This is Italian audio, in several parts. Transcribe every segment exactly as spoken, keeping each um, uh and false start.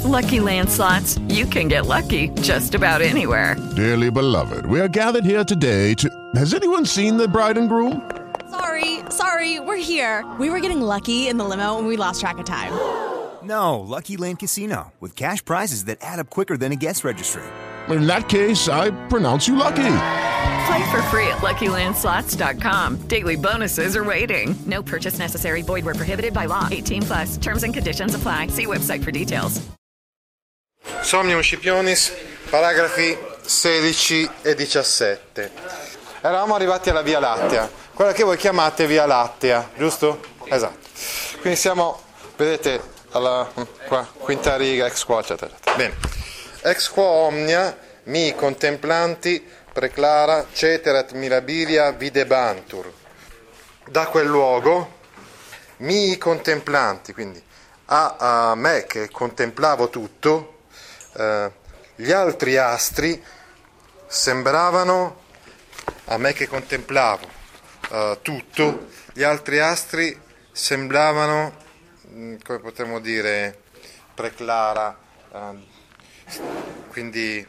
Lucky Land Slots, you can get lucky just about anywhere. Dearly beloved, we are gathered here today to... Has anyone seen the bride and groom? Sorry, sorry, we're here. We were getting lucky in the limo and we lost track of time. No, Lucky Land Casino, with cash prizes that add up quicker than a guest registry. In that case, I pronounce you lucky. Play for free at Lucky Land Slots dot com. Daily bonuses are waiting. No purchase necessary. Void where prohibited by law. eighteen plus. Terms and conditions apply. See website for details. Somnium Scipionis, paragrafi sedici e diciassette. Eravamo arrivati alla Via Lattea, quella che voi chiamate Via Lattea, giusto? Esatto. Quindi siamo, vedete, alla qua, quinta riga, ex quo, eccetera, eccetera. Bene. Ex quo omnia, mi contemplanti, preclara, ceterat mirabilia videbantur. Da quel luogo, mi contemplanti, quindi a, a me che contemplavo tutto, eh, gli altri astri sembravano, a me che contemplavo eh, tutto, gli altri astri sembravano, mh, come potremmo dire, preclara, eh, quindi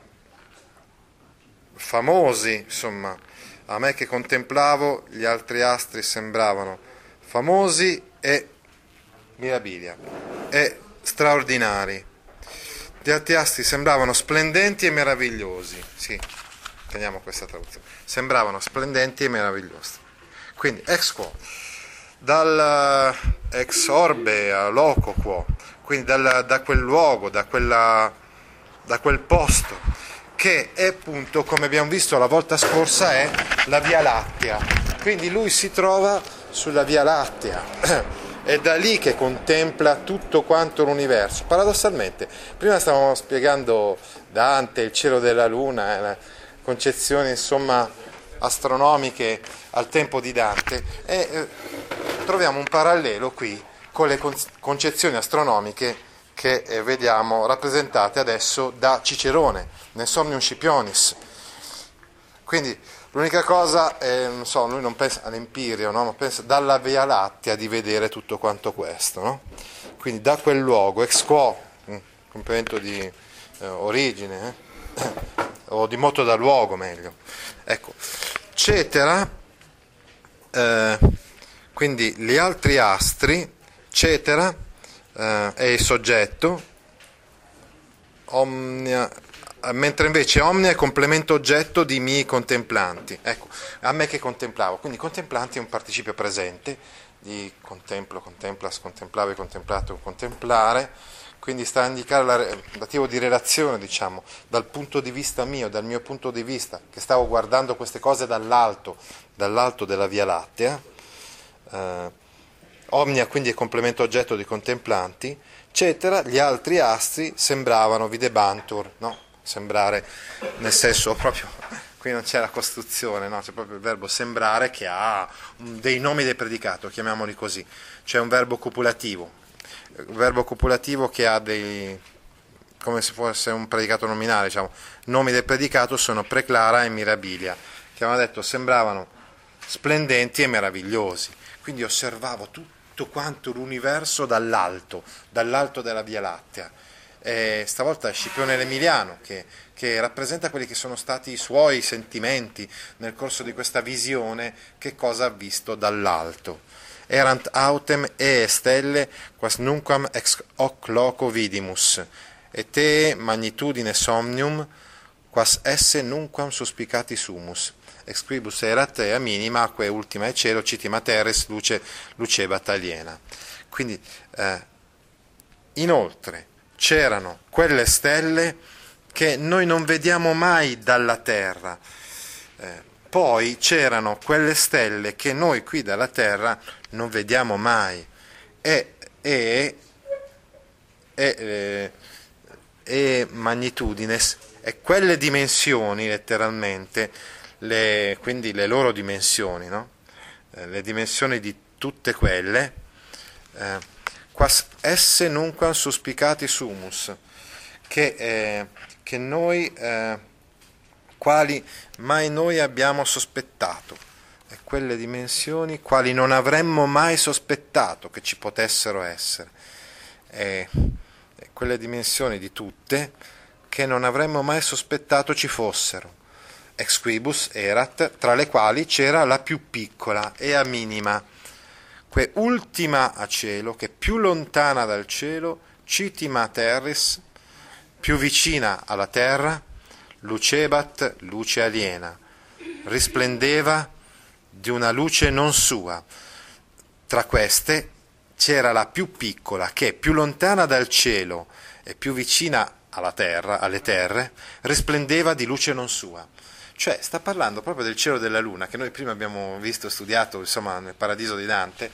famosi, insomma, a me che contemplavo gli altri astri sembravano famosi e mirabilia e straordinari. Gli altri astri sembravano splendenti e meravigliosi. Sì, teniamo questa traduzione. Sembravano splendenti e meravigliosi. Quindi ex quo, dal ex orbe a loco quo, quindi dal, da quel luogo, da quella, da quel posto, che è appunto, come abbiamo visto la volta scorsa, è la Via Lattea. Quindi lui si trova sulla Via Lattea. È da lì che contempla tutto quanto l'universo. Paradossalmente, prima stavamo spiegando Dante, il cielo della luna, le concezioni insomma astronomiche al tempo di Dante, e eh, troviamo un parallelo qui con le con- concezioni astronomiche che eh, vediamo rappresentate adesso da Cicerone nel Somnium Scipionis. Quindi l'unica cosa, eh, non so, lui non pensa all'empirio, no? Ma pensa dalla Via Lattea di vedere tutto quanto questo, no? Quindi da quel luogo, ex quo, complemento di eh, origine, eh? o di moto da luogo meglio, ecco, cetera, eh, quindi gli altri astri, cetera, eh, è il soggetto, omnia, mentre invece omnia è complemento oggetto di mi contemplanti. Ecco, a me che contemplavo, quindi contemplanti è un participio presente di contemplo, contemplas, contemplavi, contemplato, contemplare, quindi sta a indicare la, l'attivo di relazione, diciamo, dal punto di vista mio, dal mio punto di vista, che stavo guardando queste cose dall'alto, dall'alto della Via Lattea. Eh, omnia quindi è complemento oggetto di contemplanti, eccetera, gli altri astri sembravano videbantur, no? Sembrare, nel senso proprio, qui non c'è la costruzione, no? C'è proprio il verbo sembrare che ha dei nomi del predicato, chiamiamoli così, cioè un verbo copulativo, un verbo copulativo che ha dei, come se fosse un predicato nominale, diciamo, nomi del predicato sono preclara e mirabilia, che avevamo detto sembravano splendenti e meravigliosi, quindi osservavo tutto quanto l'universo dall'alto, dall'alto della Via Lattea. E stavolta è Scipione l'Emiliano che, che rappresenta quelli che sono stati i suoi sentimenti nel corso di questa visione, che cosa ha visto dall'alto. Erant autem e stelle quas nunquam ex hoc loco vidimus, et te magnitudine somnium quas esse nunquam suspicati sumus, ex quibus erat ea minima que ultima e cielo citima terres luce lucebat aliena. Quindi eh, inoltre c'erano quelle stelle che noi non vediamo mai dalla Terra, eh, poi c'erano quelle stelle che noi qui dalla Terra non vediamo mai, e, e, e, e, e magnitudines, e quelle dimensioni letteralmente, le, quindi le loro dimensioni, no? eh, le dimensioni di tutte quelle, eh, quas esse nunquam suspicati sumus, che, eh, che noi, eh, quali mai noi abbiamo sospettato, e quelle dimensioni quali non avremmo mai sospettato che ci potessero essere. E, quelle dimensioni di tutte che non avremmo mai sospettato ci fossero, ex quibus erat, tra le quali c'era la più piccola, ea minima, que ultima a cielo, che più lontana dal cielo, citima terris, più vicina alla terra, lucebat luce aliena, risplendeva di una luce non sua. Tra queste c'era la più piccola, che più lontana dal cielo e più vicina alla terra, alle terre, risplendeva di luce non sua. Cioè sta parlando proprio del cielo della luna, che noi prima abbiamo visto, studiato, insomma, nel Paradiso di Dante,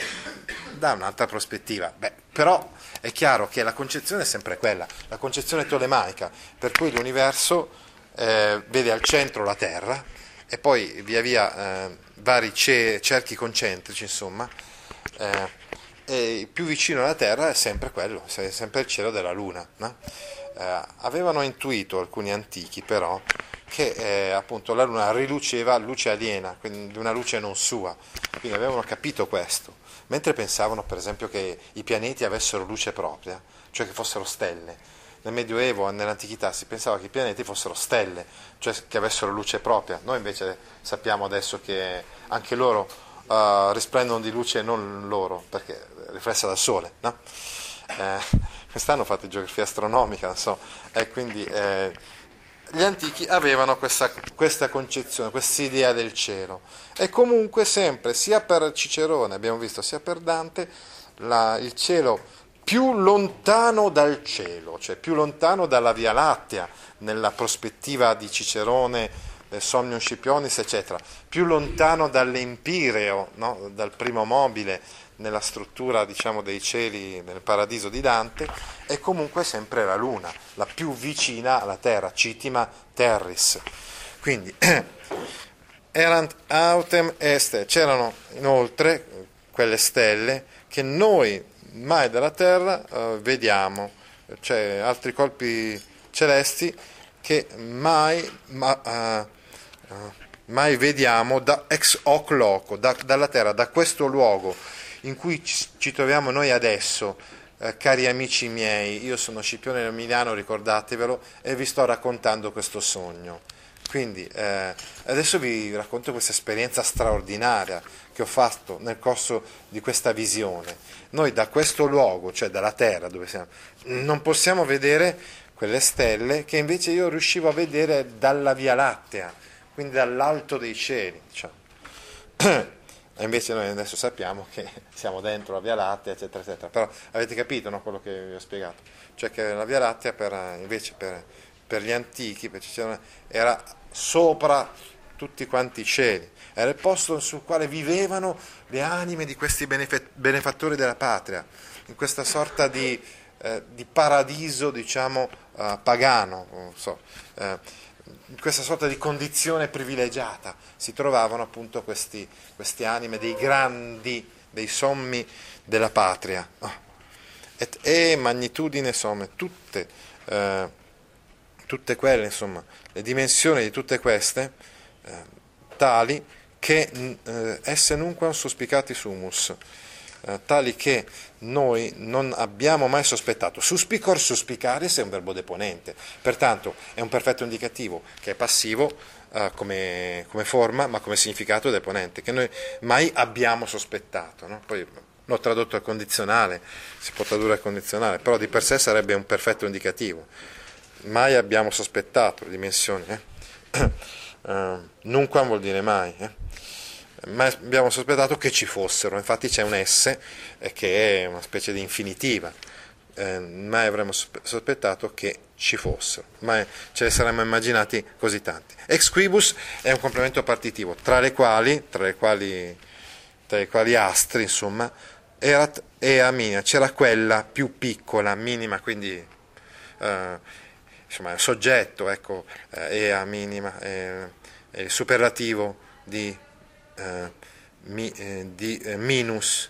da un'altra prospettiva. Beh, però è chiaro che la concezione è sempre quella, la concezione tolemaica, per cui l'universo eh, vede al centro la Terra e poi via via eh, vari ce- cerchi concentrici, insomma, eh, e più vicino alla Terra è sempre quello, è sempre il cielo della Luna, no? Eh, avevano intuito alcuni antichi però che eh, appunto la Luna riluceva luce aliena, quindi una luce non sua, quindi avevano capito questo, mentre pensavano per esempio che i pianeti avessero luce propria, cioè che fossero stelle. Nel Medioevo e nell'Antichità si pensava che i pianeti fossero stelle, cioè che avessero luce propria. Noi invece sappiamo adesso che anche loro uh, risplendono di luce non loro, perché riflessa dal Sole, no? Eh, quest'anno fate geografia astronomica, non so, e quindi eh, gli antichi avevano questa, questa concezione, questa idea del cielo. E comunque sempre, sia per Cicerone, abbiamo visto, sia per Dante, la, il cielo più lontano dal cielo, cioè più lontano dalla Via Lattea, nella prospettiva di Cicerone, del Somnium Scipionis, eccetera, più lontano dall'Empireo, no? Dal primo mobile, nella struttura, diciamo, dei cieli nel Paradiso di Dante, è comunque sempre la Luna, la più vicina alla Terra, citima terris. Quindi, erant autem este, c'erano inoltre quelle stelle che noi mai dalla Terra uh, vediamo, cioè altri colpi celesti che mai, ma, uh, uh, mai vediamo da ex hoc loco, da, dalla Terra, da questo luogo in cui ci, ci troviamo noi adesso, eh, cari amici miei. Io sono Scipione Emiliano, ricordatevelo, e vi sto raccontando questo sogno. Quindi eh, adesso vi racconto questa esperienza straordinaria che ho fatto nel corso di questa visione. Noi da questo luogo, cioè dalla Terra dove siamo, non possiamo vedere quelle stelle che invece io riuscivo a vedere dalla Via Lattea, quindi dall'alto dei cieli, diciamo. E invece noi adesso sappiamo che siamo dentro la Via Lattea, eccetera, eccetera. Però avete capito, no, quello che vi ho spiegato? Cioè che la Via Lattea per, invece per, per gli antichi per Cicerone, era sopra tutti quanti i cieli, era il posto sul quale vivevano le anime di questi benefattori della patria, in questa sorta di, eh, di paradiso, diciamo, uh, pagano, non so, eh, in questa sorta di condizione privilegiata si trovavano appunto questi, queste anime dei grandi, dei sommi della patria. Oh. Et e magnitudine somme, tutte, eh, tutte quelle, insomma, le dimensioni di tutte queste, eh, tali che eh, esse nunquam suspicati sumus, eh, tali che noi non abbiamo mai sospettato. Suspicor suspicaris è un verbo deponente, pertanto è un perfetto indicativo che è passivo eh, come, come forma, ma come significato deponente, che noi mai abbiamo sospettato, no? Poi l'ho tradotto al condizionale, si può tradurre al condizionale, però di per sé sarebbe un perfetto indicativo. Mai abbiamo sospettato le dimensioni, eh? uh, nunquam vuol dire mai, eh? Ma abbiamo sospettato che ci fossero, infatti c'è un S eh, che è una specie di infinitiva, eh, mai avremmo sospettato che ci fossero, mai ce ne saremmo immaginati così tanti. Ex quibus è un complemento partitivo, tra le quali, tra le quali, tra i quali astri, insomma, erat ea minima, c'era quella più piccola, minima, quindi eh, insomma è un soggetto, ecco, eh, ea minima, è, è il superlativo di Uh, mi, eh, di eh, minus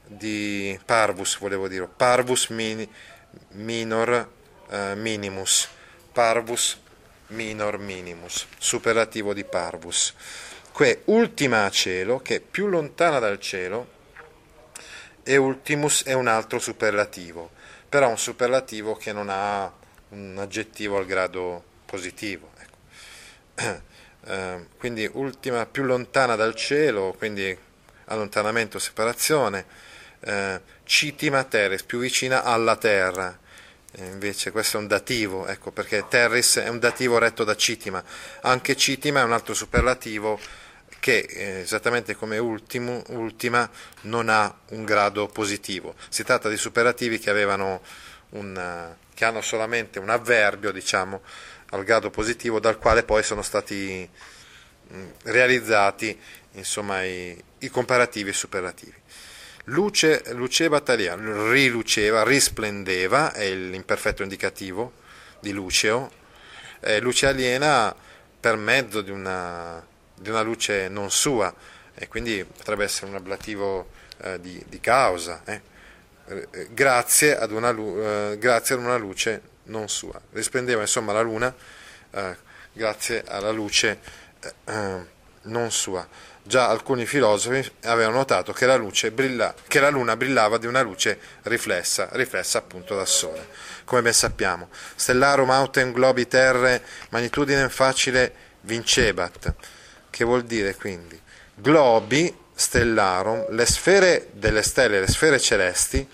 di parvus, volevo dire parvus mini, minor uh, minimus, parvus minor minimus, superlativo di parvus, que ultima a cielo, che è più lontana dal cielo, e ultimus è un altro superlativo, però un superlativo che non ha un aggettivo al grado positivo. Ecco. Eh, quindi ultima, più lontana dal cielo, quindi allontanamento, separazione, eh, citima terris, più vicina alla terra. E invece questo è un dativo, ecco, perché terris è un dativo retto da citima. Anche citima è un altro superlativo che, eh, esattamente come ultimo, ultima, non ha un grado positivo. Si tratta di superlativi che avevano un, che hanno solamente un avverbio, diciamo, al grado positivo, dal quale poi sono stati mh, realizzati, insomma, i, i comparativi e superlativi. Luce, luceva talia, riluceva, risplendeva, è l'imperfetto indicativo di luceo, eh, luce aliena per mezzo di una, di una luce non sua, e quindi potrebbe essere un ablativo eh, di, di causa, eh. Eh, grazie, ad una, eh, grazie ad una luce non sua. Risplendeva insomma la luna eh, grazie alla luce eh, non sua. Già alcuni filosofi avevano notato che la, luce brilla, che la luna brillava di una luce riflessa, riflessa appunto dal sole. Come ben sappiamo, stellarum autem globi terre magnitudine facile vincebat, che vuol dire quindi globi stellarum, le sfere delle stelle, le sfere celesti,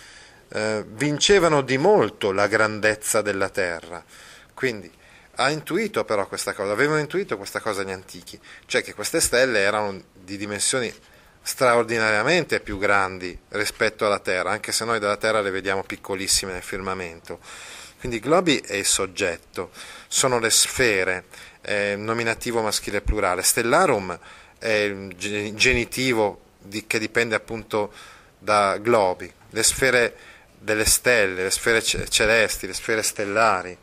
eh, vincevano di molto la grandezza della terra. Quindi ha intuito però questa cosa, avevano intuito questa cosa gli antichi, cioè che queste stelle erano di dimensioni straordinariamente più grandi rispetto alla Terra, anche se noi dalla Terra le vediamo piccolissime nel firmamento. Quindi globi è il soggetto, sono le sfere, è nominativo maschile e plurale. Stellarum è il genitivo di, che dipende appunto da globi, le sfere delle stelle, le sfere celesti, le sfere stellari.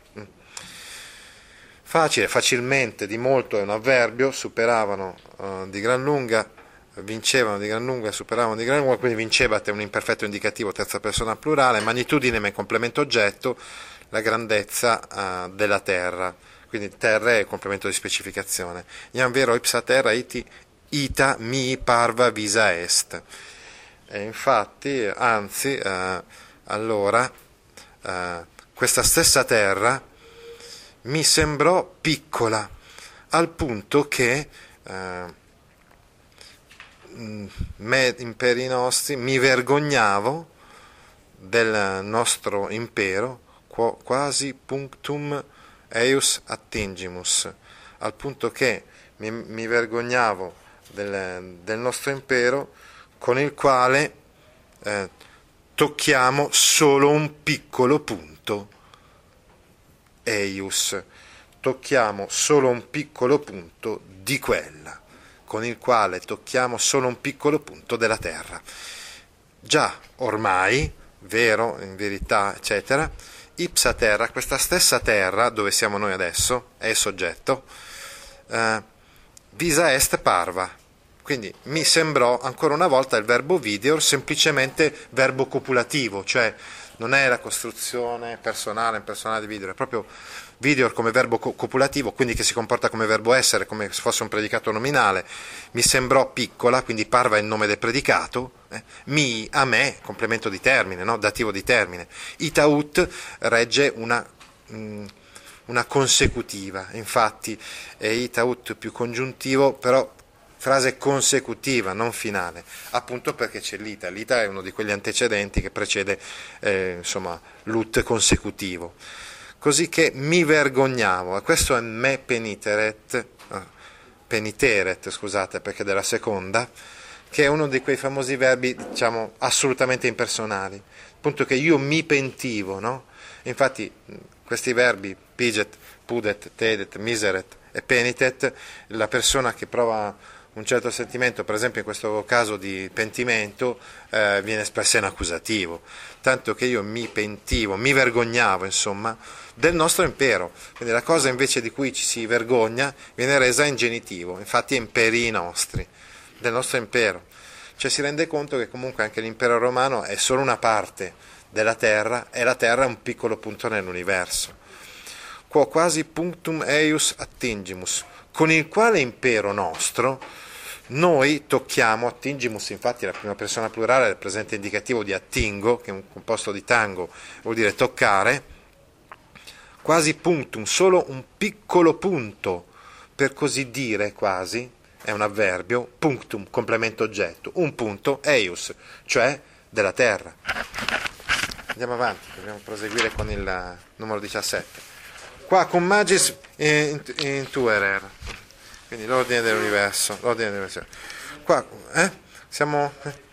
Facile, facilmente, di molto è un avverbio, superavano uh, di gran lunga, vincevano di gran lunga, superavano di gran lunga, quindi vincebat è un imperfetto indicativo, terza persona plurale, magnitudine è complemento oggetto, la grandezza uh, della terra, quindi terra è complemento di specificazione. Iam vero ipsa terra iti ita mi parva visa est. E infatti, anzi, uh, allora, uh, questa stessa terra mi sembrò piccola, al punto che eh, me imperi nostri mi vergognavo del nostro impero, quasi punctum eius attingimus, al punto che mi, mi vergognavo del, del nostro impero, con il quale eh, tocchiamo solo un piccolo punto. Eius, tocchiamo solo un piccolo punto di quella, con il quale tocchiamo solo un piccolo punto della terra. Già ormai, vero, in verità, eccetera, ipsa terra, questa stessa terra dove siamo noi adesso, è il soggetto, eh, visa est parva, quindi mi sembrò ancora una volta il verbo videor semplicemente verbo copulativo, cioè non è la costruzione personale, impersonale di videor, è proprio videor come verbo copulativo, quindi che si comporta come verbo essere, come se fosse un predicato nominale. Mi sembrò piccola, quindi parva il nome del predicato, eh? Mi, a me, complemento di termine, no? Dativo di termine. Itaut regge una, mh, una consecutiva, infatti è itaut più congiuntivo, però frase consecutiva, non finale, appunto perché c'è l'ita. L'ita è uno di quegli antecedenti che precede eh, insomma, l'ut consecutivo. Così che mi vergognavo, e questo è me peniteret, eh, peniteret, scusate, perché della seconda, che è uno di quei famosi verbi, diciamo, assolutamente impersonali, appunto che io mi pentivo, no? Infatti questi verbi, piget, pudet, tedet, miseret e penitet, la persona che prova un certo sentimento, per esempio in questo caso di pentimento, eh, viene espressa in accusativo, tanto che io mi pentivo, mi vergognavo, insomma, del nostro impero. Quindi la cosa invece di cui ci si vergogna viene resa in genitivo, infatti imperii nostri, del nostro impero. Cioè si rende conto che comunque anche l'impero romano è solo una parte della terra e la terra è un piccolo punto nell'universo. Quo quasi punctum eius attingimus, con il quale impero nostro Noi tocchiamo, attingimus, infatti la prima persona plurale è il presente indicativo di attingo, che è un composto di tango, vuol dire toccare, quasi punctum, solo un piccolo punto, per così dire quasi, è un avverbio, punctum, complemento oggetto, un punto, eius, cioè della terra. Andiamo avanti, dobbiamo proseguire con il numero diciassette. Qua con magis intuerer, quindi l'ordine dell'universo, l'ordine dell'universo. Qua, eh? Siamo... Eh?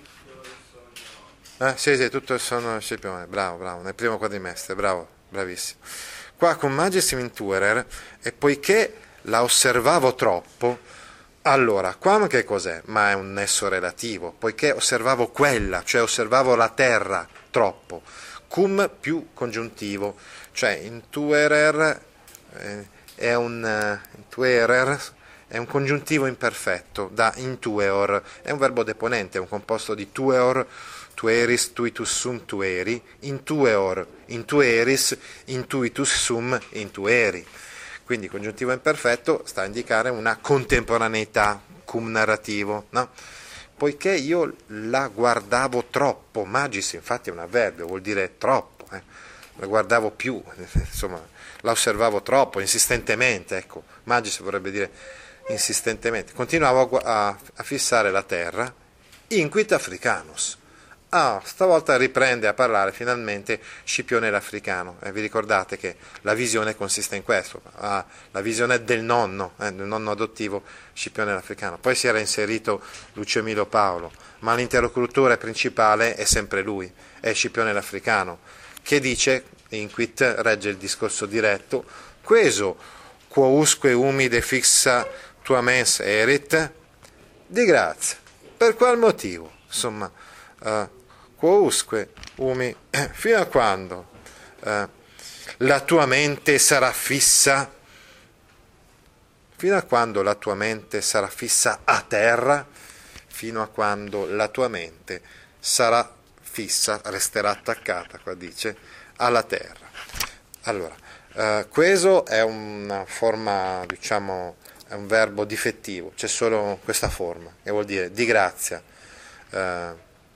Eh? Sì, sì, tutto il sonno Scipione, bravo, bravo, nel primo quadrimestre, bravo, bravissimo. Qua con magis intuerer, e poiché la osservavo troppo, allora, quam che cos'è? Ma è un nesso relativo, poiché osservavo quella, cioè osservavo la terra troppo, cum più congiuntivo, cioè intuerer eh, è un uh, intuerer è un congiuntivo imperfetto, da intueor, è un verbo deponente, è un composto di tueor, tueris, tuitus sum tueri, intueor, intueris, intuitus sum intueri. Quindi congiuntivo imperfetto sta a indicare una contemporaneità, cum narrativo, no? Poiché io la guardavo troppo, magis infatti è un avverbio, vuol dire troppo, eh? La guardavo più, insomma, la osservavo troppo, insistentemente, ecco, magis vorrebbe dire insistentemente, continuavo a, a fissare la terra, inquit africanus. Ah, stavolta riprende a parlare finalmente Scipione l'Africano. Eh, vi ricordate che la visione consiste in questo, ah, la visione del nonno, eh, del nonno adottivo Scipione l'Africano. Poi si era inserito Lucio Emilio Paolo, ma l'interlocutore principale è sempre lui, è Scipione l'Africano, che dice, inquit regge il discorso diretto, queso quousque umide fixa tua mens erit, di grazia. Per qual motivo? Insomma, uh, quousque umi, eh, fino a quando uh, la tua mente sarà fissa, fino a quando la tua mente sarà fissa a terra, fino a quando la tua mente sarà fissa, resterà attaccata, qua dice, alla terra. Allora, uh, queso è una forma, diciamo, è un verbo difettivo, c'è solo questa forma, che vuol dire di grazia, uh,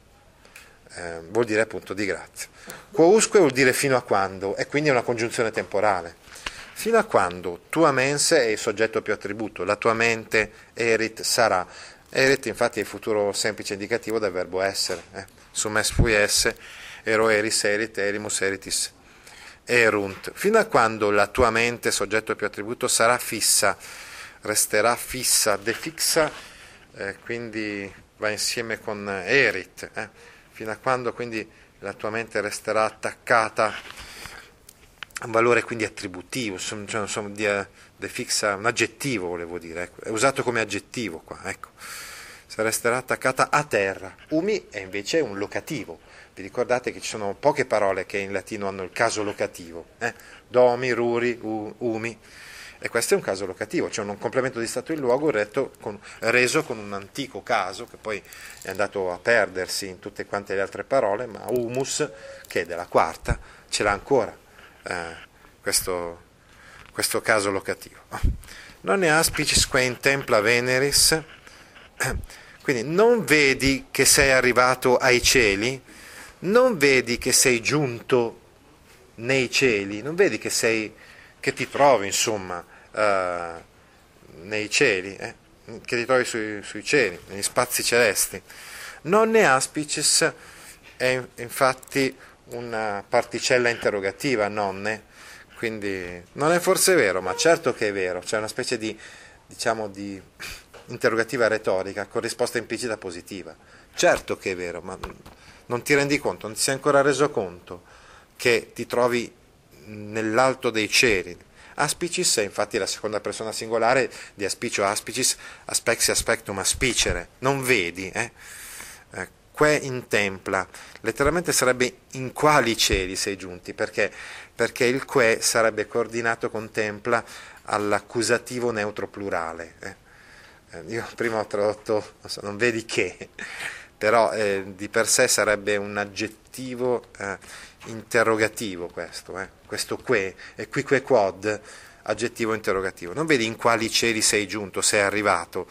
eh, vuol dire appunto di grazia. Quousque vuol dire fino a quando, e quindi è una congiunzione temporale. Fino a quando tua mens è il soggetto più attributo, la tua mente erit sarà. Erit infatti è il futuro semplice indicativo del verbo essere. Eh? Sum es fui esse, ero eris erit, erimus eritis erunt. Fino a quando la tua mente, soggetto più attributo, sarà fissa, resterà fissa, defixa, eh, quindi va insieme con erit. Eh? Fino a quando quindi la tua mente resterà attaccata a un valore quindi attributivo, cioè, insomma, di, defixa, un aggettivo volevo dire, ecco. È usato come aggettivo qua, ecco. Se resterà attaccata a terra. Umi è invece un locativo. Vi ricordate che ci sono poche parole che in latino hanno il caso locativo, eh? Domi, ruri, u, umi, e questo è un caso locativo, cioè un complemento di stato in luogo retto con, reso con un antico caso che poi è andato a perdersi in tutte quante le altre parole, ma humus, che è della quarta, ce l'ha ancora eh, questo, questo caso locativo. Non ne aspicis que in templa veneris, quindi non vedi che sei arrivato ai cieli, non vedi che sei giunto nei cieli, non vedi che sei, che ti trovi insomma uh, nei cieli, eh? Che ti trovi sui, sui cieli, negli spazi celesti. Non ne aspicis è infatti una particella interrogativa, nonne, quindi non è forse vero, ma certo che è vero, c'è una specie di, diciamo, di interrogativa retorica con risposta implicita positiva. Certo che è vero, ma non ti rendi conto, non ti sei ancora reso conto che ti trovi nell'alto dei cieli. Aspicis è infatti la seconda persona singolare di aspicio aspicis, aspexi aspectum aspicere. Non vedi, eh? eh que in templa, letteralmente sarebbe in quali cieli sei giunti, perché? Perché il que sarebbe coordinato con templa all'accusativo neutro plurale. Eh? Eh, io prima ho tradotto, non, so, non vedi che, però eh, di per sé sarebbe un aggettivo eh, interrogativo questo, eh? Questo que, e qui que quod, aggettivo interrogativo. Non vedi in quali cieli sei giunto, sei arrivato,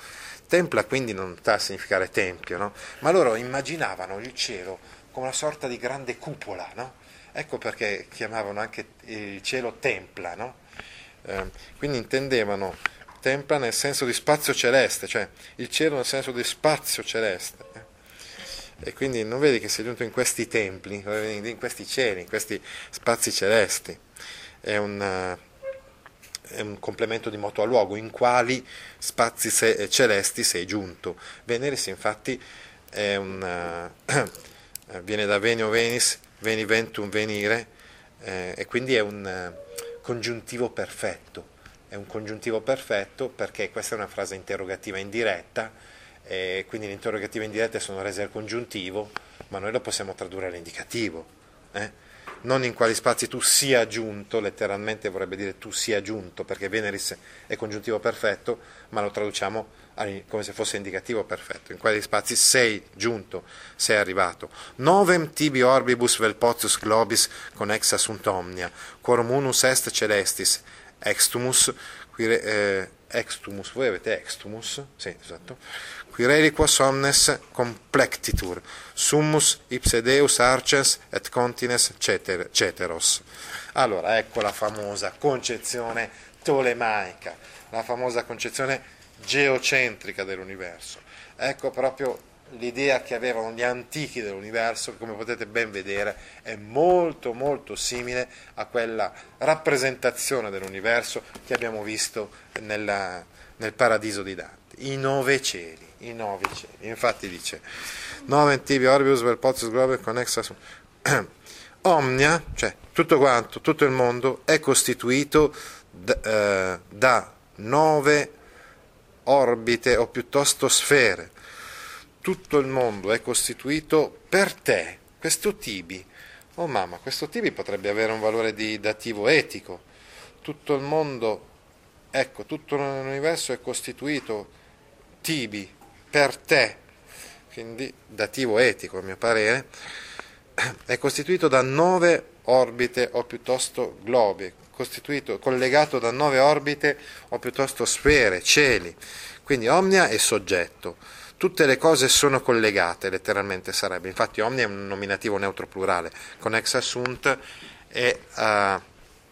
Templa quindi non sta a significare tempio, no? Ma loro immaginavano il cielo come una sorta di grande cupola, no? Ecco perché chiamavano anche il cielo templa, no? Eh, quindi intendevano templa nel senso di spazio celeste, cioè il cielo nel senso di spazio celeste. Eh? E quindi non vedi che sei giunto in questi templi, in questi cieli, in questi spazi celesti. È un... è un complemento di moto a luogo, in quali spazi se- celesti sei giunto. Veneris infatti è un, uh, viene da venio venis, veni ventum venire, eh, e quindi è un uh, congiuntivo perfetto, è un congiuntivo perfetto perché questa è una frase interrogativa indiretta, e quindi le interrogative indirette sono rese al congiuntivo, ma noi lo possiamo tradurre all'indicativo, eh? Non in quali spazi tu sia giunto, letteralmente vorrebbe dire tu sia giunto, perché veneris è congiuntivo perfetto, ma lo traduciamo come se fosse indicativo perfetto. In quali spazi sei giunto, sei arrivato. Novem tibi orbibus vel potius globis connexa sunt omnia, quorum unus est celestis, extumus, qui, eh, extumus, voi avete extumus? Sì, esatto. Qui reliquos omnes complectitur, summus ipse Deus arcens et contines ceter, ceteros. Allora, ecco la famosa concezione tolemaica, la famosa concezione geocentrica dell'universo. Ecco proprio l'idea che avevano gli antichi dell'universo, che come potete ben vedere è molto molto simile a quella rappresentazione dell'universo che abbiamo visto nella, nel paradiso di Dante. I nove cieli, i nove cieli. Infatti dice Novem tibi orbibus vel potius globis connexa sunt omnia, cioè tutto quanto, tutto il mondo è costituito da, eh, da nove orbite o piuttosto sfere. Tutto il mondo è costituito per te. Questo tibi, oh mamma, questo tibi potrebbe avere un valore di dativo etico. Tutto il mondo, ecco, tutto l'universo è costituito tibi per te, quindi dativo etico a mio parere, è costituito da nove orbite o piuttosto globi, costituito, collegato da nove orbite o piuttosto sfere, cieli, quindi omnia è soggetto, tutte le cose sono collegate, letteralmente sarebbe, infatti omnia è un nominativo neutro plurale, connexa sunt è uh,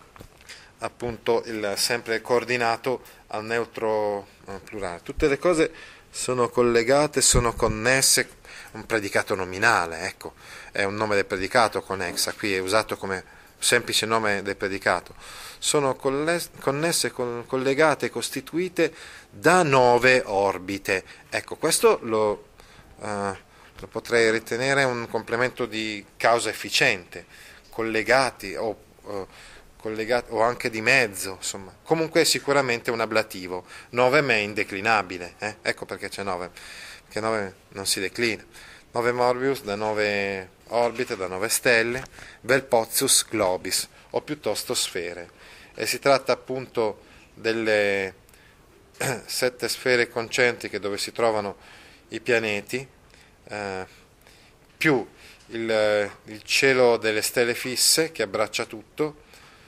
appunto il sempre coordinato al neutro uh, plurale, tutte le cose sono collegate, sono connesse, un predicato nominale, ecco, è un nome del predicato connexa, qui è usato come semplice nome del predicato, sono connesse, collegate, costituite da nove orbite. Ecco, questo lo, uh, lo potrei ritenere un complemento di causa efficiente, collegati o, uh, collegati, o anche di mezzo, insomma. Comunque è sicuramente un ablativo. nove è indeclinabile, eh? Ecco perché c'è nove, perché nove non si declina. nove Morbius da nove orbite, da nove stelle, vel potius globis, o piuttosto sfere. E si tratta appunto delle sette sfere concentriche dove si trovano i pianeti, eh, più il, il cielo delle stelle fisse che abbraccia tutto,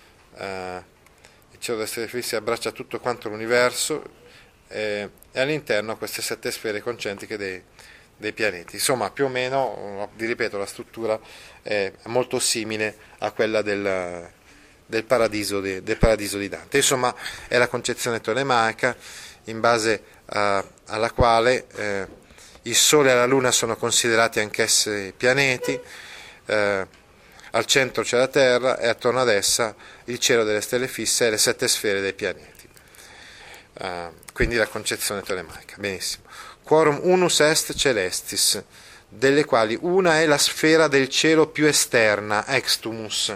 eh, il cielo delle stelle fisse abbraccia tutto quanto l'universo, eh, e all'interno queste sette sfere concentriche dei, dei pianeti. Insomma, più o meno, vi ripeto, la struttura è molto simile a quella del Del paradiso, di, del paradiso di Dante. Insomma, è la concezione tolemaica in base a, alla quale eh, il Sole e la Luna sono considerati anch'essi pianeti, eh, al centro c'è la Terra e attorno ad essa il cielo delle stelle fisse e le sette sfere dei pianeti. Uh, quindi la concezione tolemaica. Benissimo. Quorum unus est celestis, delle quali una è la sfera del cielo più esterna, extumus.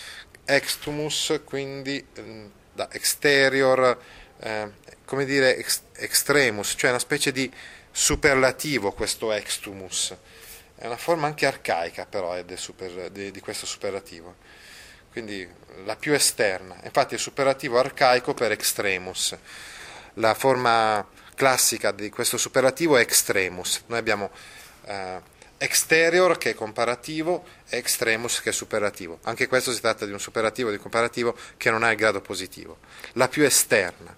Extumus, quindi da exterior, eh, come dire, ex, extremus, cioè una specie di superlativo questo extumus. È una forma anche arcaica però è del super, di, di questo superlativo. Quindi la più esterna. Infatti il superlativo arcaico per extremus. La forma classica di questo superlativo è extremus. Noi abbiamo eh, exterior che è comparativo e extremus che è superlativo. Anche questo si tratta di un superlativo di comparativo che non ha il grado positivo. La più esterna.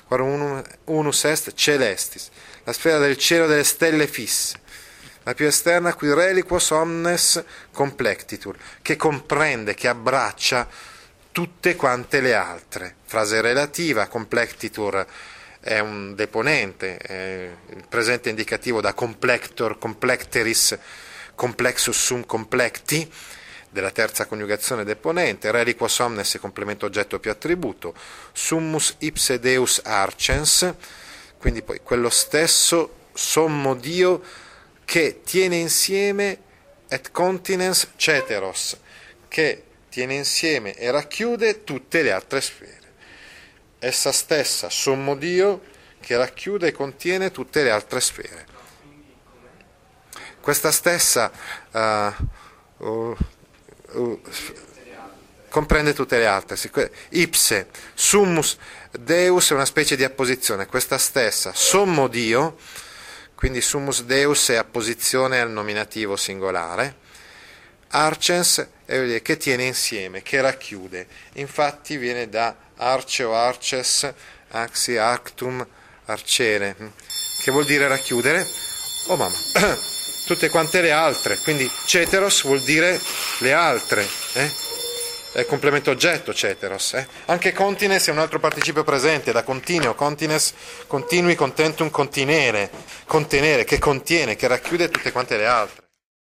quorum unus est celestis, la sfera del cielo delle stelle fisse, la più esterna qui reliquos omnes complectitur, che comprende, che abbraccia tutte quante le altre. Frase relativa, complectitur è un deponente, è il presente indicativo da complector, complecteris, complexus sum complecti, della terza coniugazione deponente, reliquos omnes complemento oggetto più attributo, summus ipse Deus arcens, quindi poi quello stesso sommo Dio che tiene insieme et continens ceteros, che tiene insieme e racchiude tutte le altre sfere. Essa stessa, sommo Dio, che racchiude e contiene tutte le altre sfere. Questa stessa uh, uh, uh, comprende tutte le altre. Ipse, summus Deus è una specie di apposizione. Questa stessa, sommo Dio, quindi summus Deus è apposizione al nominativo singolare. Arcens è che tiene insieme, che racchiude. Infatti viene da arce o arces, axi, actum, arcere, che vuol dire racchiudere. Oh mamma, tutte quante le altre, quindi ceteros vuol dire le altre, eh? È complemento oggetto ceteros. Eh? Anche continens è un altro participio presente, da continuo, continens, continui, contentum, contenere, contenere, che contiene, che racchiude tutte quante le altre.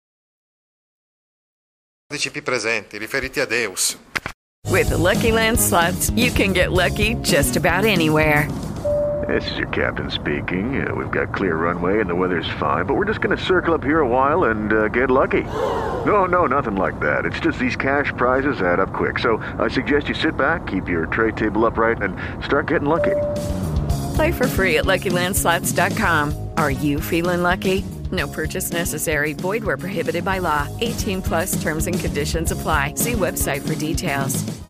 Participi presenti, riferiti a Deus. With the Lucky Land Slots, you can get lucky just about anywhere. This is your captain speaking. Uh, we've got clear runway and the weather's fine, but we're just going to circle up here a while and uh, get lucky. No, no, nothing like that. It's just these cash prizes add up quick. So I suggest you sit back, keep your tray table upright, and start getting lucky. Play for free at Lucky Land Slots dot com. Are you feeling lucky? No purchase necessary. Void where prohibited by law. eighteen plus terms and conditions apply. See website for details.